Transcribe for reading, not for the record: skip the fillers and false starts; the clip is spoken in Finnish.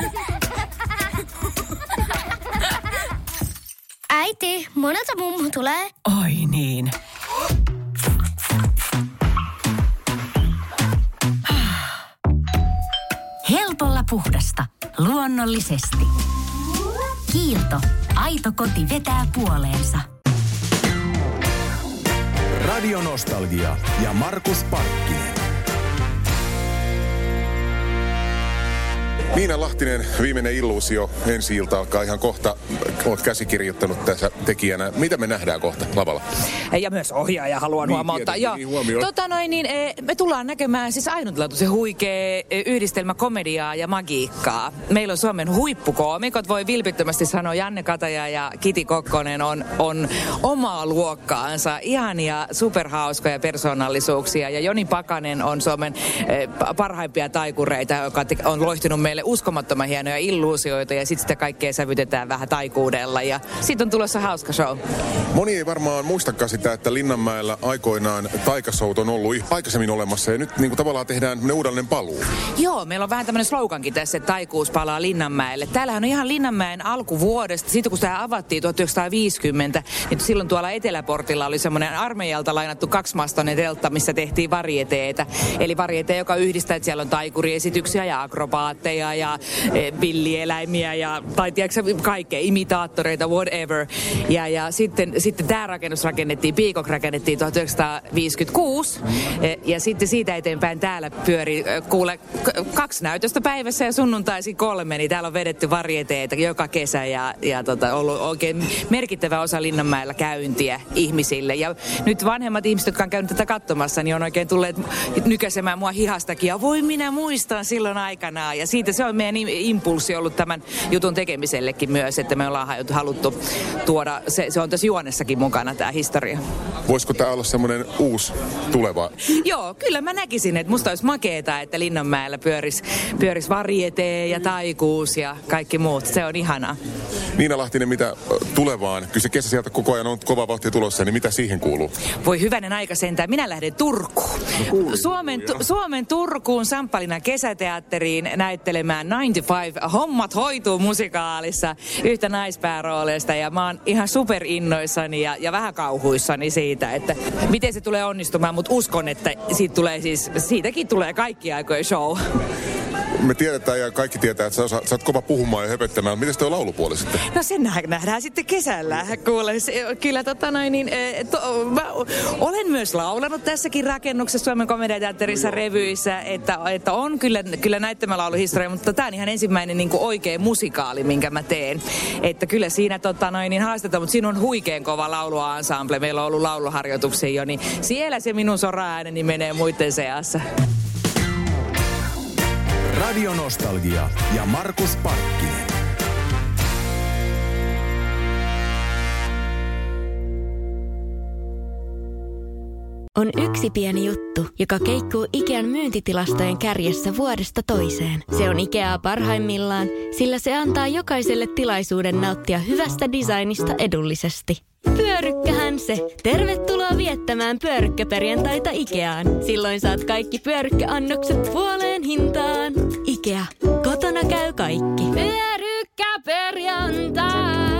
Äiti, monelta mummu tulee? Oi niin. Helpolla puhdasta. Luonnollisesti. Kiilto. Aito koti vetää puoleensa. Radio Nostalgia ja Markus Parkkinen. Miina Lahtinen, viimeinen illuusio, ensi-ilta alkaa ihan kohta. Olet käsikirjoittanut tässä tekijänä. Mitä me nähdään kohta lavalla? Ja myös ohjaaja haluan huomauttaa. Me tullaan näkemään siis ainutlaatuisen huikea yhdistelmä komediaa ja magiikkaa. Meillä on Suomen huippukoomikot, voi vilpittömästi sanoa. Janne Kataja ja Kiti Kokkonen on omaa luokkaansa. Ihania, superhauskoja persoonallisuuksia. Ja Joni Pakanen on Suomen parhaimpia taikureita, joka on loihtinut meille uskomattoman hienoja illuusioita. Ja sitten sitä kaikkea sävytetään vähän taikuudella. Ja sitten on tulossa hauska show. Moni ei varmaan muistakaan sitä, että Linnanmäellä aikoinaan taikashout on ollut aikaisemmin olemassa ja nyt niin kuin tavallaan tehdään uudelleen paluu. Joo, meillä on vähän tämmöinen slogankin tässä, että taikuus palaa Linnanmäelle. Täällähän on ihan Linnanmäen alkuvuodesta, siitä kun tämä avattiin 1950, niin silloin tuolla Eteläportilla oli semmoinen armeijalta lainattu 2-mastoinen teltta, missä tehtiin varieteetä. Eli varieteja, joka yhdistää, että siellä on taikuriesityksiä ja akrobaatteja ja villieläimiä ja tai tiedätkö kaikkea, imitaattoreita, whatever. Ja sitten tämä rakennus rakennettiin, Peacock rakennettiin 1956 ja sitten siitä eteenpäin täällä pyöri 2 näytöstä päivässä ja sunnuntaisin 3, niin täällä on vedetty varieteita joka kesä ja ollut oikein merkittävä osa Linnanmäellä käyntiä ihmisille. Ja nyt vanhemmat ihmiset, jotka on käynyt tätä katsomassa, niin on oikein tulleet nykäsemään mua hihastakin ja voi minä muistan silloin aikanaan. Ja siitä se on meidän impulssi ollut tämän jutun tekemisellekin myös, että me ollaan haluttu tuoda, se on tässä juonessakin mukana tämä historia. Voisiko tämä olla semmoinen uusi tuleva? Joo, kyllä mä näkisin, että musta olisi makeeta, että Linnanmäellä pyöris varietee ja taikuus ja kaikki muut. Se on ihanaa. Miina Lahtinen, mitä tulevaan? Kyllä se kesä sieltä koko ajan on kova vauhtia tulossa, niin mitä siihen kuuluu? Voi hyvänen aika sentään. Minä lähden Turkuun. Suomen Turkuun Samppalinan kesäteatteriin näyttelemään 95. Hommat hoituu -musikaalissa yhtä naispääroolista. Ja mä oon ihan superinnoissani ja vähän kauhuissani siitä, että miten se tulee onnistumaan, mutta uskon, että siitäkin tulee kaikki aikojen show. Me tiedetään ja kaikki tietää, että sä oot kova puhumaan ja höpöttämään. Miten toi laulupuoli sitten? No sen nähdään sitten kesällä. Kuule, kyllä mä olen myös laulanut tässäkin rakennuksessa Suomen komediateatterissa revyissä, että on kyllä näyttämälauluhistoria, mutta tää on ihan ensimmäinen niin kuin oikea musikaali, minkä mä teen. Että kyllä siinä haastetaan, mutta siinä on huikean kova lauluensemble. Meillä on ollut lauluharjoituksia jo, niin siellä se minun sora-ääneni menee muiden seassa. Radio Nostalgia ja Markus Parkkinen. On yksi pieni juttu, joka keikkuu Ikean myyntitilastojen kärjessä vuodesta toiseen. Se on Ikeaa parhaimmillaan, sillä se antaa jokaiselle tilaisuuden nauttia hyvästä designista edullisesti. Pyörykkähän se! Tervetuloa viettämään pyörykkäperjantaita Ikeaan. Silloin saat kaikki pyörykkäannokset puoleen hintaan. Ikea. Kotona käy kaikki. Pyörykkäperjantai!